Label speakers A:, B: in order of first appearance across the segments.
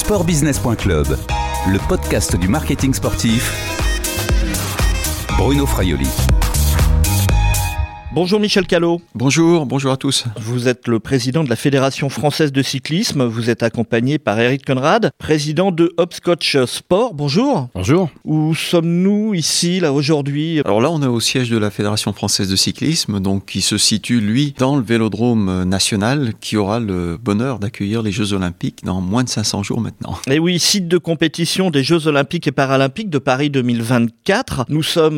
A: Sportbusiness.club, le podcast du marketing sportif. Bruno Fraioli.
B: Bonjour Michel Callot.
C: Bonjour à tous.
B: Vous êtes le président de la Fédération française de cyclisme. Vous êtes accompagné par Eric Conrad, président de Hopscotch Sport. Bonjour.
C: Bonjour.
B: Où sommes-nous ici, là, aujourd'hui ?
C: Alors là, on est au siège de la Fédération française de cyclisme, donc qui se situe, lui, dans le Vélodrome national, qui aura le bonheur d'accueillir les Jeux Olympiques dans moins de 500 jours maintenant.
B: Et oui, site de compétition des Jeux Olympiques et Paralympiques de Paris 2024. Nous sommes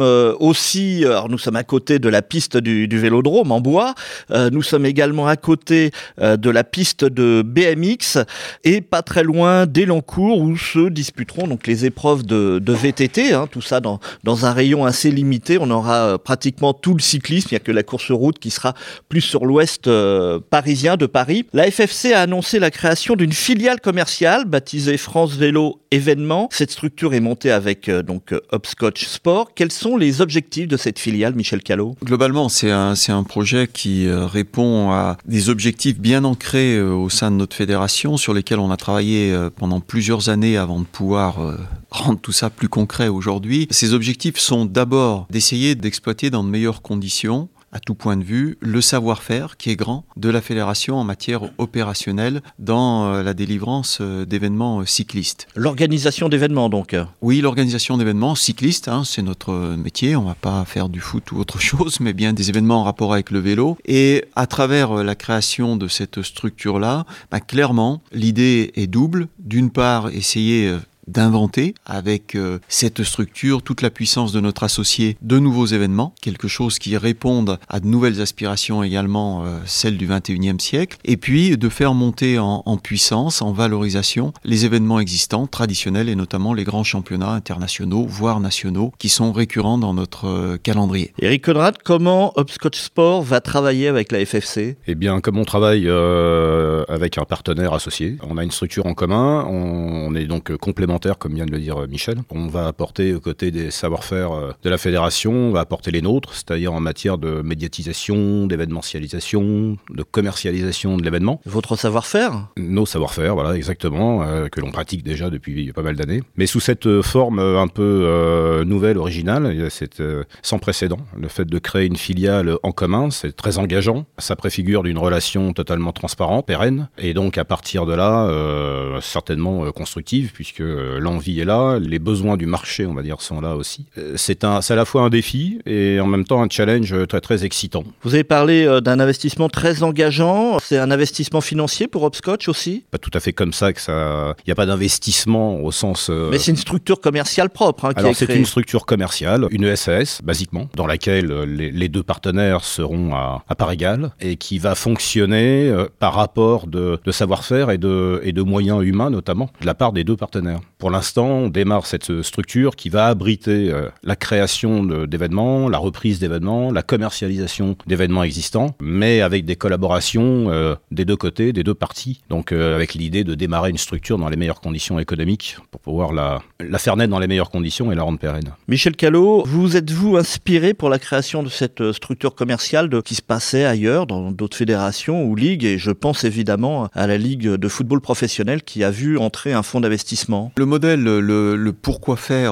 B: nous sommes à côté de la piste du Vélodrome en bois. Nous sommes également à côté de la piste de BMX et pas très loin d'Elancourt où se disputeront donc les épreuves de VTT. Tout ça dans un rayon assez limité. On aura pratiquement tout le cyclisme. Il n'y a que la course route qui sera plus sur l'ouest parisien de Paris. La FFC a annoncé la création d'une filiale commerciale baptisée France Vélo Événements. Cette structure est montée avec Hopscotch Sport. Quels sont les objectifs de cette filiale, Michel Callot ?
C: Globalement, c'est un projet qui répond à des objectifs bien ancrés au sein de notre fédération, sur lesquels on a travaillé pendant plusieurs années avant de pouvoir rendre tout ça plus concret aujourd'hui. Ces objectifs sont d'abord d'essayer d'exploiter dans de meilleures conditions, à tout point de vue, le savoir-faire qui est grand de la fédération en matière opérationnelle dans la délivrance d'événements cyclistes.
B: L'organisation d'événements donc ?
C: Oui, l'organisation d'événements cyclistes, c'est notre métier. On ne va pas faire du foot ou autre chose, mais bien des événements en rapport avec le vélo. Et à travers la création de cette structure-là, clairement, l'idée est double. D'une part, essayer d'inventer avec cette structure toute la puissance de notre associé de nouveaux événements, quelque chose qui réponde à de nouvelles aspirations également, celles du 21e siècle, et puis de faire monter en puissance, en valorisation, les événements existants, traditionnels, et notamment les grands championnats internationaux, voire nationaux, qui sont récurrents dans notre calendrier.
B: Eric Conrad, comment Hopscotch Sport va travailler avec la FFC ?
D: Eh bien, comme on travaille avec un partenaire associé, on a une structure en commun, on est donc complémentaires, comme vient de le dire Michel. On va apporter aux côtés des savoir-faire de la fédération, on va apporter les nôtres, c'est-à-dire en matière de médiatisation, d'événementialisation, de commercialisation de l'événement.
B: Votre savoir-faire ?
D: Nos savoir-faire, voilà, exactement, que l'on pratique déjà depuis pas mal d'années. Mais sous cette forme un peu nouvelle, originale, c'est sans précédent. Le fait de créer une filiale en commun, c'est très engageant. Ça préfigure d'une relation totalement transparente, pérenne, et donc à partir de là, certainement constructive, puisque l'envie est là, les besoins du marché, on va dire, sont là aussi. C'est à la fois un défi et en même temps un challenge très très excitant.
B: Vous avez parlé d'un investissement très engageant. C'est un investissement financier pour Hopscotch aussi ?
D: Pas tout à fait comme ça, il n'y a pas d'investissement au sens...
B: Mais c'est une structure commerciale propre qui
D: Alors
B: est créée.
D: C'est une structure commerciale, une SAS basiquement, dans laquelle les deux partenaires seront à part égale et qui va fonctionner par rapport de savoir-faire et de moyens humains notamment, de la part des deux partenaires. Pour l'instant, on démarre cette structure qui va abriter la création d'événements, la reprise d'événements, la commercialisation d'événements existants, mais avec des collaborations des deux côtés, des deux parties. Donc avec l'idée de démarrer une structure dans les meilleures conditions économiques pour pouvoir la faire naître dans les meilleures conditions et la rendre pérenne.
B: Michel Callot, vous êtes-vous inspiré pour la création de cette structure commerciale qui se passait ailleurs, dans d'autres fédérations ou ligues, et je pense évidemment à la Ligue de football professionnel qui a vu entrer un fonds d'investissement ?
C: Le modèle, le pourquoi faire,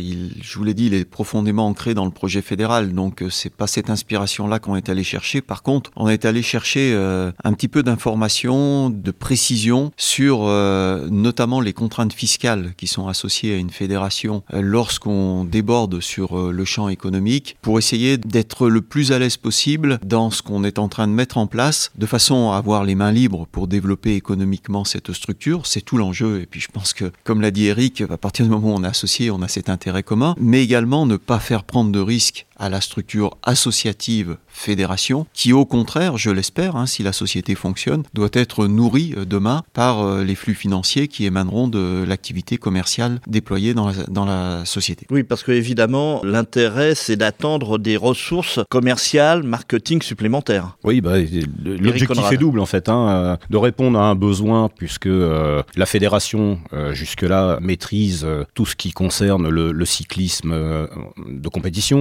C: je vous l'ai dit, il est profondément ancré dans le projet fédéral, donc c'est pas cette inspiration-là qu'on est allé chercher. Par contre, on est allé chercher un petit peu d'informations, de précision sur notamment les contraintes fiscales qui sont associées à une fédération lorsqu'on déborde sur le champ économique, pour essayer d'être le plus à l'aise possible dans ce qu'on est en train de mettre en place, de façon à avoir les mains libres pour développer économiquement cette structure. C'est tout l'enjeu, et puis je pense que, comme l'a dit Eric, à partir du moment où on est associé, on a cet intérêt commun, mais également ne pas faire prendre de risques à la structure associative fédération, qui au contraire, je l'espère, si la société fonctionne, doit être nourrie demain par les flux financiers qui émaneront de l'activité commerciale déployée dans la société.
B: Oui, parce que évidemment, l'intérêt, c'est d'attendre des ressources commerciales, marketing supplémentaires.
D: Oui, l'objectif est double en fait, de répondre à un besoin, puisque la fédération jusque-là maîtrise tout ce qui concerne le cyclisme de compétition,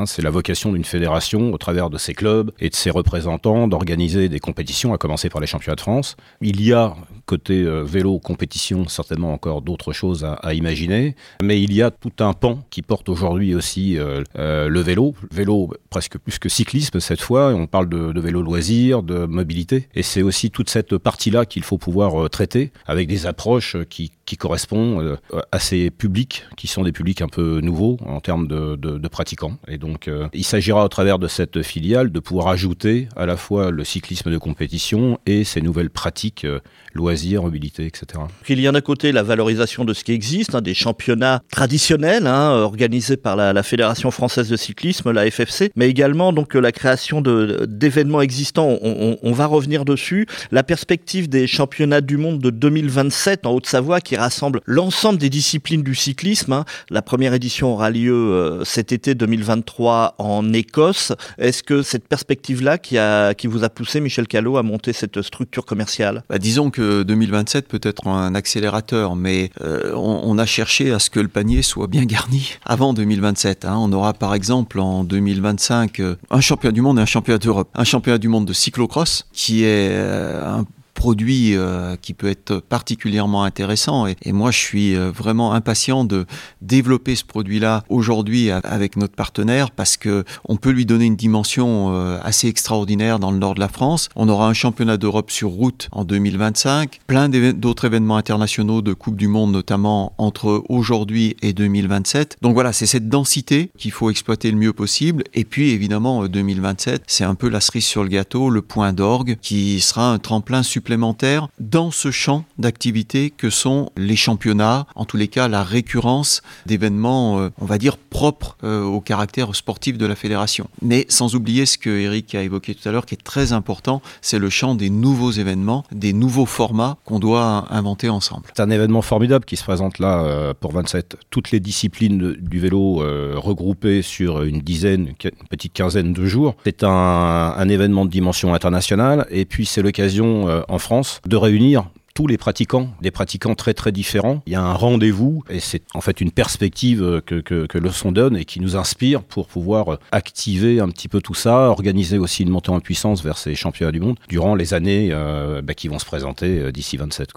D: C'est la vocation d'une fédération, au travers de ses clubs et de ses représentants, d'organiser des compétitions, à commencer par les championnats de France. Il y a, côté vélo, compétition, certainement encore d'autres choses à imaginer, mais il y a tout un pan qui porte aujourd'hui aussi le vélo. Vélo presque plus que cyclisme cette fois, on parle de vélo loisir, de mobilité, et c'est aussi toute cette partie-là qu'il faut pouvoir traiter avec des approches qui correspondent à ces publics qui sont des publics un peu nouveaux en termes de pratiquants. Et donc, il s'agira au travers de cette filiale de pouvoir ajouter à la fois le cyclisme de compétition et ces nouvelles pratiques, loisirs, mobilité, etc.
B: Il y a d'un côté la valorisation de ce qui existe, des championnats traditionnels organisés par la Fédération française de cyclisme, la FFC, mais également donc la création d'événements existants. On va revenir dessus. La perspective des championnats du monde de 2027 en Haute-Savoie qui rassemble l'ensemble des disciplines du cyclisme. La première édition aura lieu cet été 2023 en Écosse. Est-ce que cette perspective-là qui vous a poussé, Michel Callot, à monter cette structure commerciale ?
C: Disons que 2027 peut être un accélérateur, mais on a cherché à ce que le panier soit bien garni avant 2027. On aura par exemple en 2025 un championnat du monde et un championnat d'Europe. Un championnat du monde de cyclocross qui est un produit qui peut être particulièrement intéressant et moi je suis vraiment impatient de développer ce produit-là aujourd'hui avec notre partenaire parce que on peut lui donner une dimension assez extraordinaire dans le nord de la France. On aura un championnat d'Europe sur route en 2025, plein d'autres événements internationaux de Coupe du Monde notamment entre aujourd'hui et 2027. Donc voilà, c'est cette densité qu'il faut exploiter le mieux possible et puis évidemment 2027, c'est un peu la cerise sur le gâteau, le point d'orgue qui sera un tremplin supplémentaire dans ce champ d'activité que sont les championnats, en tous les cas la récurrence d'événements, on va dire, propres au caractère sportif de la fédération. Mais sans oublier ce que Eric a évoqué tout à l'heure, qui est très important, c'est le champ des nouveaux événements, des nouveaux formats qu'on doit inventer ensemble.
D: C'est un événement formidable qui se présente là pour 27. Toutes les disciplines du vélo regroupées sur une petite quinzaine de jours. C'est un événement de dimension internationale et puis c'est l'occasion en France de réunir tous les pratiquants, des pratiquants très très différents. Il y a un rendez-vous et c'est en fait une perspective que le son donne et qui nous inspire pour pouvoir activer un petit peu tout ça, organiser aussi une montée en puissance vers ces championnats du monde durant les années qui vont se présenter d'ici 27.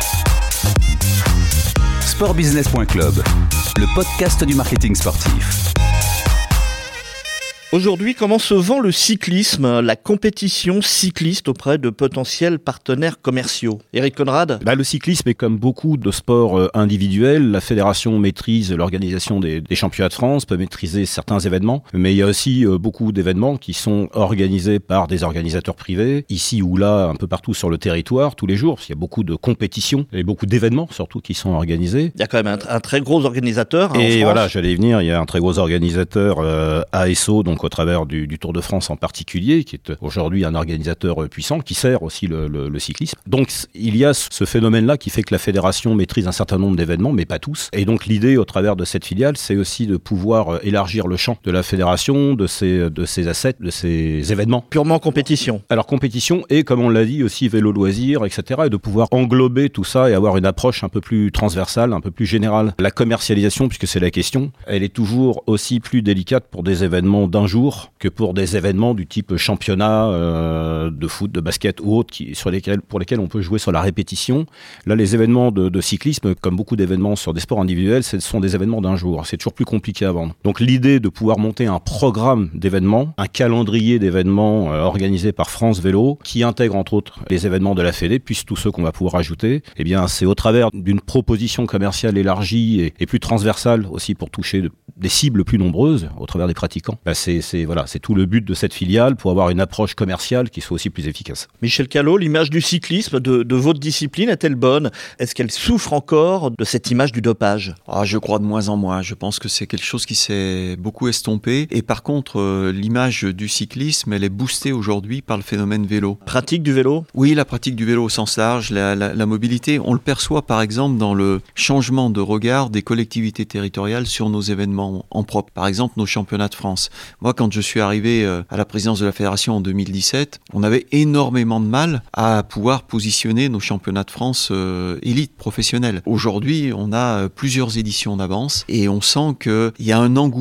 A: Sportbusiness.club, le podcast du marketing sportif.
B: Aujourd'hui, comment se vend le cyclisme, la compétition cycliste auprès de potentiels partenaires commerciaux ? Eric Conrad ?
D: Le cyclisme est comme beaucoup de sports individuels. La fédération maîtrise l'organisation des championnats de France, peut maîtriser certains événements, mais il y a aussi beaucoup d'événements qui sont organisés par des organisateurs privés, ici ou là, un peu partout sur le territoire, tous les jours, parce qu'il y a beaucoup de compétitions et beaucoup d'événements surtout qui sont organisés.
B: Il y a quand même un très gros organisateur en France.
D: Et voilà, j'allais y venir, il y a un très gros organisateur ASO, donc au travers du Tour de France en particulier, qui est aujourd'hui un organisateur puissant, qui sert aussi le cyclisme. Donc il y a ce phénomène-là qui fait que la fédération maîtrise un certain nombre d'événements, mais pas tous. Et donc l'idée au travers de cette filiale, c'est aussi de pouvoir élargir le champ de la fédération, de ses assets, de ses événements.
B: Purement compétition.
D: Alors compétition et, comme on l'a dit, aussi vélo loisir, etc. Et de pouvoir englober tout ça et avoir une approche un peu plus transversale, un peu plus générale. La commercialisation, puisque c'est la question, elle est toujours aussi plus délicate pour des événements d'un jour que pour des événements du type championnat de foot, de basket ou autres pour lesquels on peut jouer sur la répétition. Là, les événements de cyclisme, comme beaucoup d'événements sur des sports individuels, ce sont des événements d'un jour. C'est toujours plus compliqué à vendre. Donc l'idée de pouvoir monter un programme d'événements, un calendrier d'événements organisé par France Vélo, qui intègre entre autres les événements de la Fédé, puis tous ceux qu'on va pouvoir ajouter, c'est au travers d'une proposition commerciale élargie et plus transversale aussi pour toucher des cibles plus nombreuses au travers des pratiquants. C'est tout le but de cette filiale pour avoir une approche commerciale qui soit aussi plus efficace.
B: Michel Callot, l'image du cyclisme de votre discipline est-elle bonne ? Est-ce qu'elle souffre encore de cette image du dopage ?
C: Je crois de moins en moins. Je pense que c'est quelque chose qui s'est beaucoup estompé. Et par contre, l'image du cyclisme, elle est boostée aujourd'hui par le phénomène vélo.
B: Pratique du vélo ?
C: Oui, la pratique du vélo au sens large, la mobilité. On le perçoit par exemple dans le changement de regard des collectivités territoriales sur nos événements en propre. Par exemple, nos championnats de France. Moi, quand je suis arrivé à la présidence de la fédération en 2017, on avait énormément de mal à pouvoir positionner nos championnats de France élite professionnels. Aujourd'hui, on a plusieurs éditions d'avance et on sent qu'il y a un engouement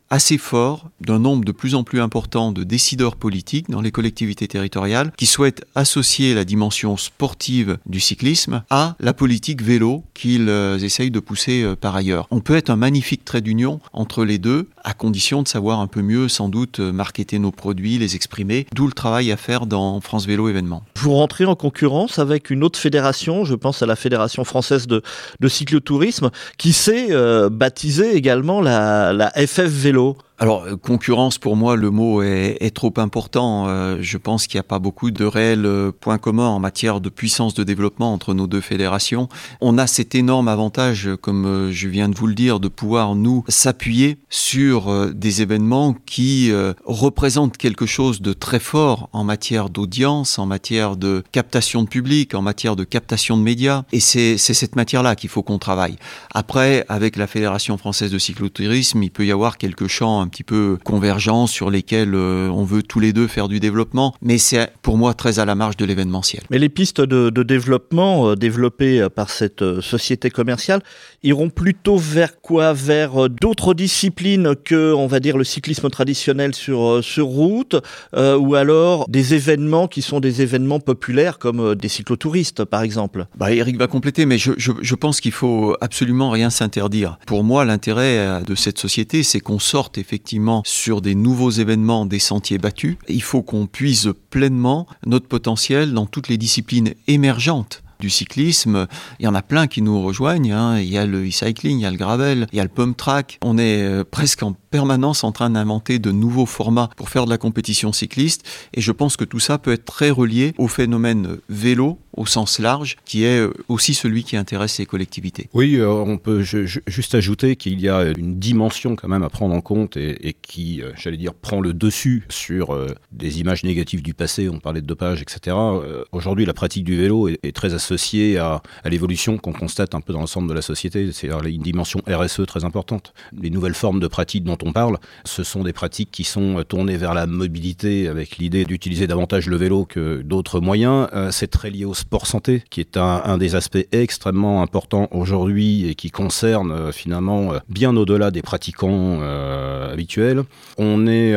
C: assez fort d'un nombre de plus en plus important de décideurs politiques dans les collectivités territoriales qui souhaitent associer la dimension sportive du cyclisme à la politique vélo qu'ils essayent de pousser par ailleurs. On peut être un magnifique trait d'union entre les deux, à condition de savoir un peu mieux, sans doute, marketer nos produits, les exprimer, d'où le travail à faire dans France Vélo Événements.
B: Vous rentrez en concurrence avec une autre fédération, je pense à la Fédération française de cyclotourisme, qui s'est baptisée également la FF Vélo.
C: Alors, concurrence, pour moi, le mot est trop important. Je pense qu'il n'y a pas beaucoup de réels points communs en matière de puissance de développement entre nos deux fédérations. On a cet énorme avantage, comme je viens de vous le dire, de pouvoir, nous, s'appuyer sur des événements qui représentent quelque chose de très fort en matière d'audience, en matière de captation de public, en matière de captation de médias. Et c'est cette matière-là qu'il faut qu'on travaille. Après, avec la Fédération française de cyclotourisme, il peut y avoir quelques champs un petit peu convergents sur lesquels on veut tous les deux faire du développement, mais c'est pour moi très à la marge de l'événementiel.
B: Mais les pistes de développement développées par cette société commerciale iront plutôt vers quoi ? Vers d'autres disciplines que, on va dire, le cyclisme traditionnel sur route, ou alors des événements qui sont des événements populaires comme des cyclotouristes par exemple.
C: Eric va compléter, mais je pense qu'il faut absolument rien s'interdire. Pour moi, l'intérêt de cette société, c'est qu'on sorte effectivement sur des nouveaux événements, des sentiers battus. Il faut qu'on puise pleinement notre potentiel dans toutes les disciplines émergentes du cyclisme. Il y en a plein qui nous rejoignent. Il y a le e-cycling, il y a le gravel, il y a le pump track. On est presque en permanence en train d'inventer de nouveaux formats pour faire de la compétition cycliste. Et je pense que tout ça peut être très relié au phénomène vélo au sens large, qui est aussi celui qui intéresse les collectivités.
D: Oui, on peut juste ajouter qu'il y a une dimension quand même à prendre en compte et qui, j'allais dire, prend le dessus sur des images négatives du passé. On parlait de dopage, etc. Aujourd'hui, la pratique du vélo est très associée à l'évolution qu'on constate un peu dans l'ensemble de la société. C'est une dimension RSE très importante. Les nouvelles formes de pratiques dont on parle, ce sont des pratiques qui sont tournées vers la mobilité avec l'idée d'utiliser davantage le vélo que d'autres moyens. C'est très lié au sport santé, qui est un des aspects extrêmement importants aujourd'hui et qui concerne finalement bien au-delà des pratiquants habituels. On est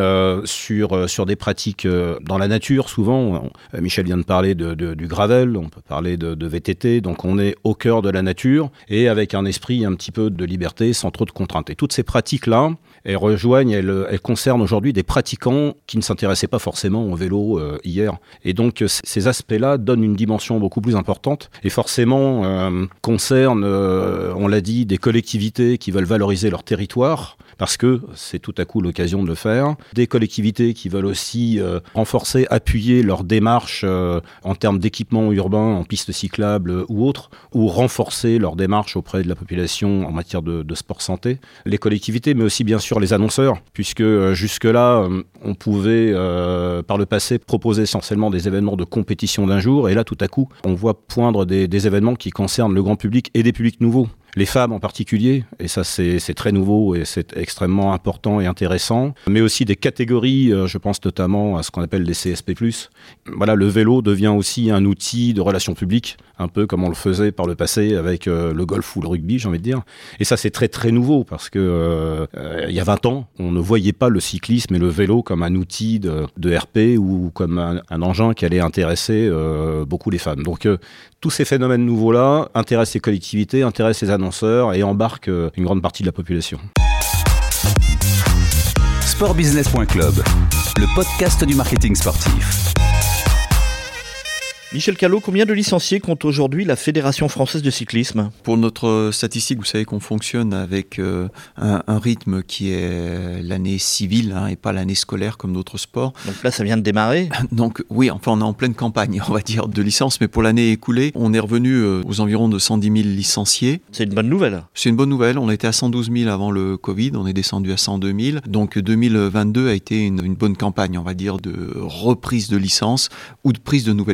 D: sur des pratiques dans la nature, souvent. Michel vient de parler du gravel, on peut parler de VTT, donc on est au cœur de la nature et avec un esprit un petit peu de liberté, sans trop de contraintes. Et toutes ces pratiques-là, elles concernent aujourd'hui des pratiquants qui ne s'intéressaient pas forcément au vélo hier. Et donc ces aspects-là donnent une dimension beaucoup plus importante et forcément concernent, on l'a dit, des collectivités qui veulent valoriser leur territoire parce que c'est tout à coup l'occasion de le faire. Des collectivités qui veulent aussi renforcer, appuyer leur démarche en termes d'équipements urbains, en pistes cyclables ou autres, ou renforcer leur démarche auprès de la population en matière de sport santé. Les collectivités, mais aussi bien sûr les annonceurs, puisque jusque-là, on pouvait par le passé proposer essentiellement des événements de compétition d'un jour, et là tout à coup, on voit poindre des événements qui concernent le grand public et des publics nouveaux. Les femmes en particulier, et ça c'est très nouveau et c'est extrêmement important et intéressant, mais aussi des catégories, je pense notamment à ce qu'on appelle les CSP+. Voilà, le vélo devient aussi un outil de relations publiques, un peu comme on le faisait par le passé avec le golf ou le rugby, j'ai envie de dire. Et ça c'est très très nouveau parce que il y a 20 ans, on ne voyait pas le cyclisme et le vélo comme un outil de RP ou comme un engin qui allait intéresser beaucoup les femmes. Donc tous ces phénomènes nouveaux-là intéressent les collectivités, intéressent les annonceurs et embarquent une grande partie de la population.
A: Sportbusiness.club, le podcast du marketing sportif.
B: Michel Callot, combien de licenciés compte aujourd'hui la Fédération française de cyclisme ?
C: Pour notre statistique, vous savez qu'on fonctionne avec un rythme qui est l'année civile et pas l'année scolaire comme d'autres sports.
B: Donc là, ça vient de démarrer ?
C: Donc oui, enfin on est en pleine campagne, on va dire, de licences, mais pour l'année écoulée, on est revenu aux environs de 110 000 licenciés.
B: C'est une bonne nouvelle.
C: C'est une bonne nouvelle, on était à 112 000 avant le Covid, on est descendu à 102 000. Donc 2022 a été une bonne campagne, on va dire, de reprise de licences ou de prise de nouvelles licences.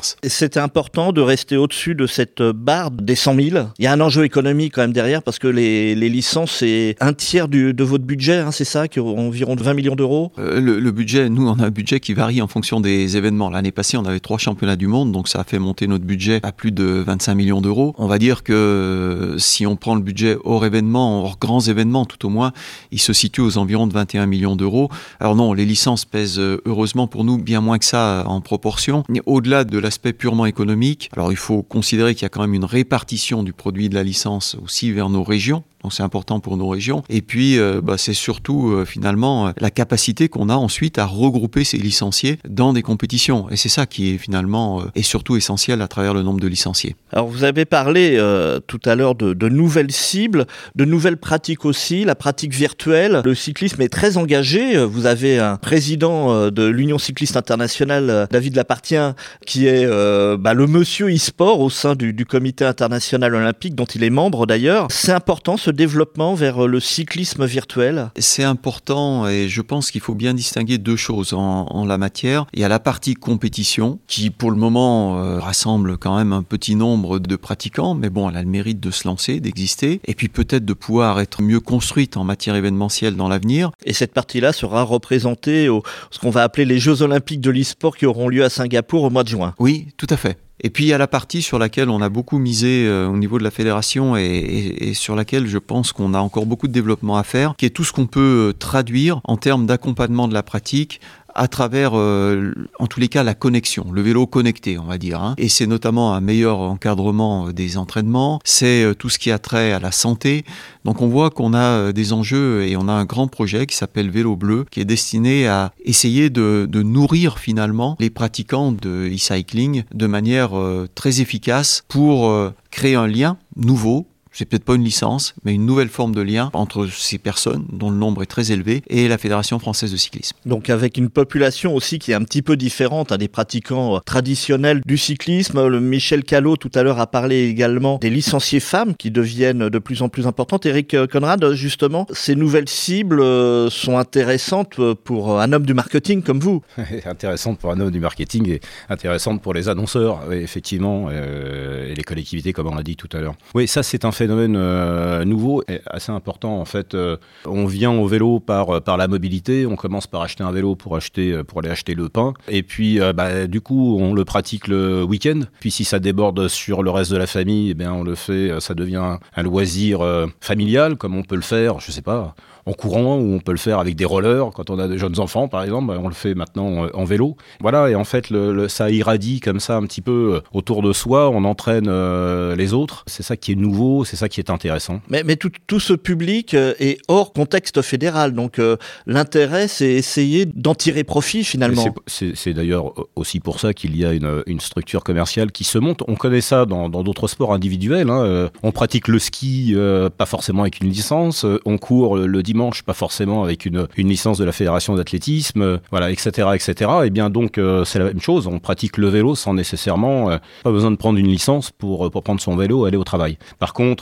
C: licence.
B: Et c'était important de rester au-dessus de cette barre des 100 000. Il y a un enjeu économique quand même derrière, parce que les licences, c'est un tiers de votre budget, c'est ça, qui est environ 20 millions d'euros.
C: Le budget, nous, on a un budget qui varie en fonction des événements. L'année passée, on avait 3 championnats du monde, donc ça a fait monter notre budget à plus de 25 millions d'euros. On va dire que si on prend le budget hors événements, hors grands événements tout au moins, il se situe aux environs de 21 millions d'euros. Alors non, les licences pèsent heureusement pour nous bien moins que ça en proportion. Au-delà de l'aspect purement économique, alors il faut considérer qu'il y a quand même une répartition du produit de la licence aussi vers nos régions. Donc c'est important pour nos régions. Et puis c'est surtout finalement la capacité qu'on a ensuite à regrouper ces licenciés dans des compétitions. Et c'est ça qui est finalement et surtout essentiel à travers le nombre de licenciés.
B: Alors vous avez parlé tout à l'heure de nouvelles cibles, de nouvelles pratiques aussi, la pratique virtuelle. Le cyclisme est très engagé. Vous avez un président de l'Union cycliste internationale, David Lapartien, qui est le monsieur e-sport au sein du comité international olympique, dont il est membre d'ailleurs. C'est important ce développement vers le cyclisme virtuel?
C: C'est important et je pense qu'il faut bien distinguer 2 choses en la matière. Il y a la partie compétition qui pour le moment rassemble quand même un petit nombre de pratiquants, mais bon, elle a le mérite de se lancer, d'exister et puis peut-être de pouvoir être mieux construite en matière événementielle dans l'avenir.
B: Et cette partie-là sera représentée ce qu'on va appeler les Jeux Olympiques de l'e-sport qui auront lieu à Singapour au mois de juin.
C: Oui, tout à fait. Et puis il y a la partie sur laquelle on a beaucoup misé au niveau de la fédération et sur laquelle je pense qu'on a encore beaucoup de développement à faire, qui est tout ce qu'on peut traduire en termes d'accompagnement de la pratique à travers, en tous les cas, la connexion, le vélo connecté, on va dire. Et c'est notamment un meilleur encadrement des entraînements, c'est tout ce qui a trait à la santé. Donc on voit qu'on a des enjeux et on a un grand projet qui s'appelle Vélo Bleu, qui est destiné à essayer de nourrir finalement les pratiquants de e-cycling de manière très efficace pour créer un lien nouveau. C'est peut-être pas une licence, mais une nouvelle forme de lien entre ces personnes, dont le nombre est très élevé, et la Fédération française de cyclisme.
B: Donc avec une population aussi qui est un petit peu différente des pratiquants traditionnels du cyclisme. Michel Callot, tout à l'heure, a parlé également des licenciés femmes qui deviennent de plus en plus importantes. Eric Conrad, justement, ces nouvelles cibles sont intéressantes pour un homme du marketing comme vous.
D: Intéressantes pour un homme du marketing et intéressantes pour les annonceurs, effectivement, et les collectivités, comme on l'a dit tout à l'heure. Oui, ça c'est un phénomène nouveau et assez important en fait. On vient au vélo par la mobilité, on commence par acheter un vélo pour aller acheter le pain et puis du coup on le pratique le week-end, puis si ça déborde sur le reste de la famille, on le fait, ça devient un loisir familial comme on peut le faire, je sais pas, en courant ou on peut le faire avec des rollers quand on a des jeunes enfants par exemple, on le fait maintenant en vélo. Voilà, et en fait ça irradie comme ça un petit peu autour de soi, on entraîne les autres, c'est ça qui est nouveau, c'est ça qui est intéressant.
B: Mais tout ce public est hors contexte fédéral, donc l'intérêt c'est essayer d'en tirer profit finalement.
D: C'est d'ailleurs aussi pour ça qu'il y a une structure commerciale qui se monte. On connaît ça dans d'autres sports individuels, on pratique le ski pas forcément avec une licence, on court le dimanche pas forcément avec une licence de la fédération d'athlétisme, voilà, etc. Et bien donc c'est la même chose, on pratique le vélo sans nécessairement pas besoin de prendre une licence pour prendre son vélo et aller au travail. Par contre,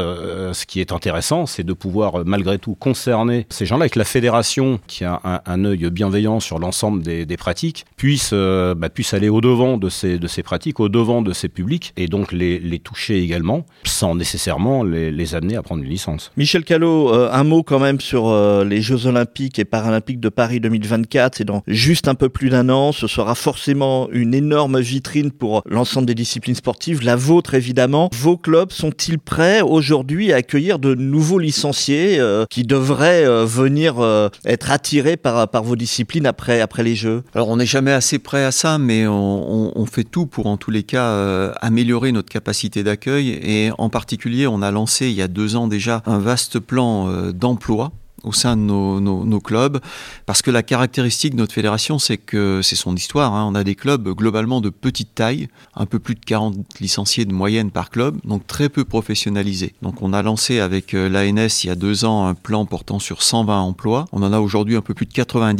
D: ce qui est intéressant, c'est de pouvoir malgré tout concerner ces gens-là et que la fédération, qui a un œil bienveillant sur l'ensemble des pratiques, puisse aller au-devant de ces pratiques, au-devant de ces publics, et donc les toucher également, sans nécessairement les amener à prendre une licence.
B: Michel Callot, un mot quand même sur les Jeux Olympiques et Paralympiques de Paris 2024. C'est dans juste un peu plus d'1 an. Ce sera forcément une énorme vitrine pour l'ensemble des disciplines sportives, la vôtre évidemment. Vos clubs sont-ils prêts aujourd'hui à accueillir de nouveaux licenciés qui devraient venir être attirés par vos disciplines après les Jeux?
C: Alors on n'est jamais assez prêt à ça, mais on fait tout pour en tous les cas améliorer notre capacité d'accueil, et en particulier on a lancé il y a 2 ans déjà un vaste plan d'emploi au sein de nos clubs, parce que la caractéristique de notre fédération, c'est que c'est son histoire, on a des clubs globalement de petite taille, un peu plus de 40 licenciés de moyenne par club, donc très peu professionnalisés. Donc on a lancé avec l'ANS il y a 2 ans un plan portant sur 120 emplois, on en a aujourd'hui un peu plus de 90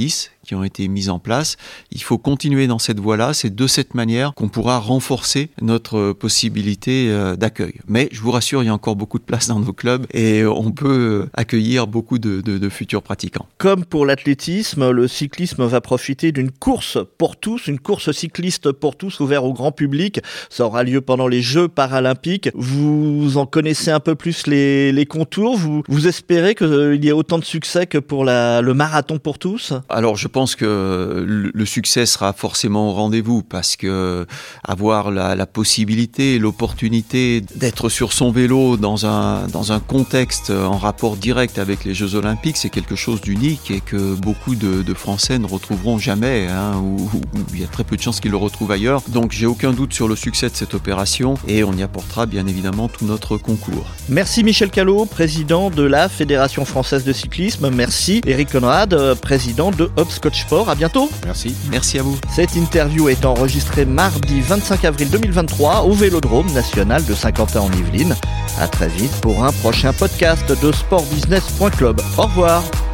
C: qui ont été mises en place. Il faut continuer dans cette voie-là. C'est de cette manière qu'on pourra renforcer notre possibilité d'accueil. Mais je vous rassure, il y a encore beaucoup de place dans nos clubs et on peut accueillir beaucoup de futurs pratiquants.
B: Comme pour l'athlétisme, le cyclisme va profiter d'une course pour tous, une course cycliste pour tous ouverte au grand public. Ça aura lieu pendant les Jeux paralympiques. Vous en connaissez un peu plus les contours. Vous espérez qu'il y ait autant de succès que pour le marathon pour tous ?
C: Alors je pense que le succès sera forcément au rendez-vous parce que avoir la possibilité, l'opportunité d'être sur son vélo dans un contexte en rapport direct avec les Jeux Olympiques, c'est quelque chose d'unique et que beaucoup de Français ne retrouveront jamais, ou il y a très peu de chances qu'ils le retrouvent ailleurs. Donc j'ai aucun doute sur le succès de cette opération et on y apportera bien évidemment tout notre concours.
B: Merci Michel Callot, président de la Fédération française de cyclisme. Merci Eric Conrad, président de Hopscotch Sport. À bientôt.
D: Merci.
C: Merci à vous.
B: Cette interview est enregistrée mardi 25 avril 2023 au Vélodrome national de Saint-Quentin en Yvelines. À très vite pour un prochain podcast de sportbusiness.club. Au revoir.